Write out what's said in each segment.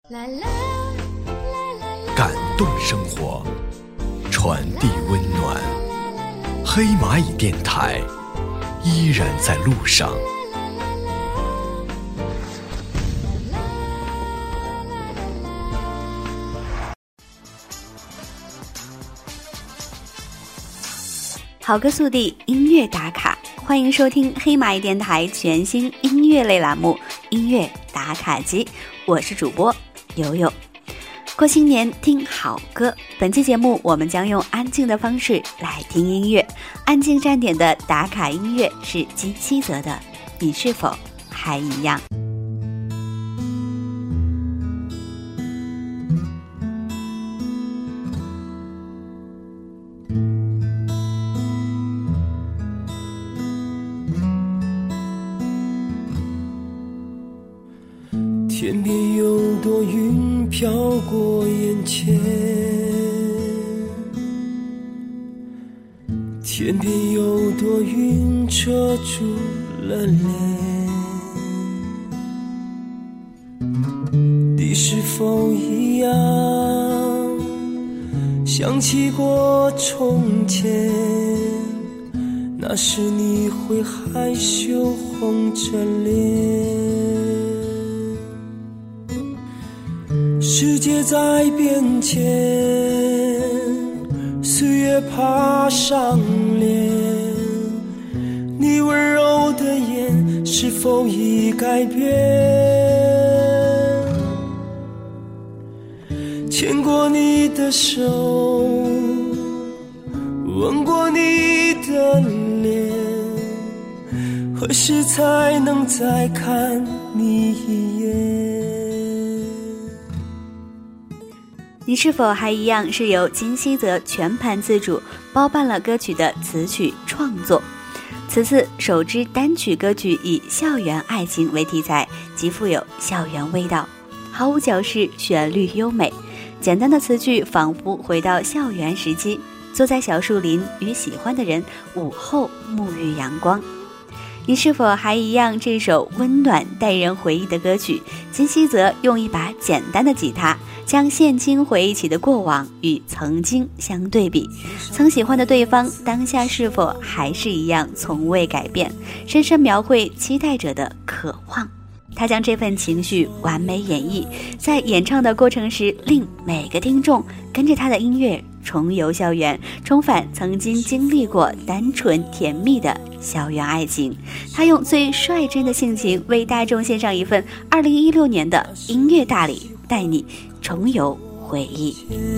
感动生活，传递温暖。黑蚂蚁电台依然在路上。 好歌速递，音乐打卡，欢迎收听黑蚂蚁电台全新音乐类栏目音乐打卡机，我是主播悠悠。过新年听好歌，本期节目我们将用安静的方式来听音乐。安静站点的打卡音乐是金希泽的《你是否还一样》。 天边有朵云飘过眼前，天边有朵云遮住了脸，你是否一样想起过从前？那时你会害羞红着脸，世界在变迁，岁月爬上脸，你温柔的眼是否已改变？牵过你的手，吻过你的脸，何时才能再看你一眼？ 你是否还一样是由金希泽全盘自主包办了歌曲的词曲创作。此次首支单曲歌曲以校园爱情为题材，极富有校园味道，毫无矫饰，旋律优美，简单的词句仿佛回到校园时期，坐在小树林与喜欢的人午后沐浴阳光。你是否还一样这首温暖带人回忆的歌曲，金希泽用一把简单的吉他将现今回忆起的过往与曾经相对比，曾喜欢的对方当下是否还是一样从未改变，深深描绘期待者的渴望。他将这份情绪完美演绎，在演唱的过程时令每个听众跟着他的音乐重游校园，重返曾经经历过单纯甜蜜的校园爱情。他用最率真的性情为大众献上一份2016年的音乐大礼，带你重游回忆。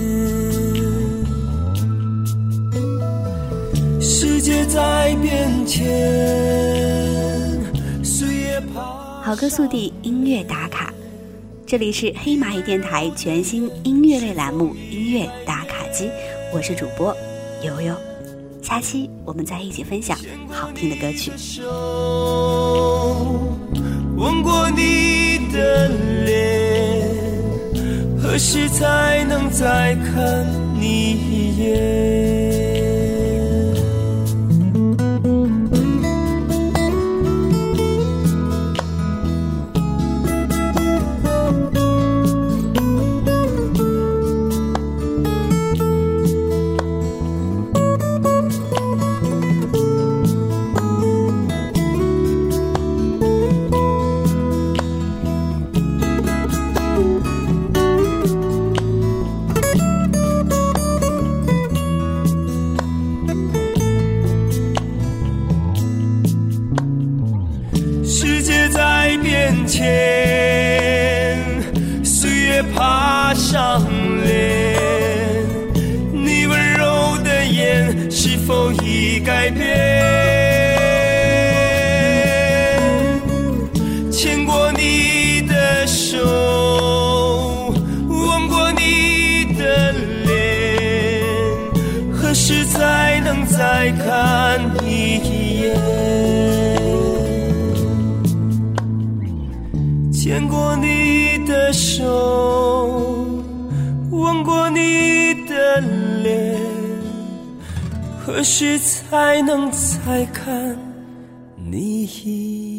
世界在变迁，岁月爬。 好歌速递，音乐打卡，这里是黑蚂蚁电台全新音乐类栏目音乐打卡机，我是主播悠悠。下期我们再一起分享好听的歌曲。 吻过你的脸，何时才能再看你一眼？世界在变迁，岁月爬上脸，你温柔的眼是否已改变？牵过你的手，吻过你的脸，何时才能再看你一眼？牵过你的手，吻过你的脸，何时才能再看你一眼？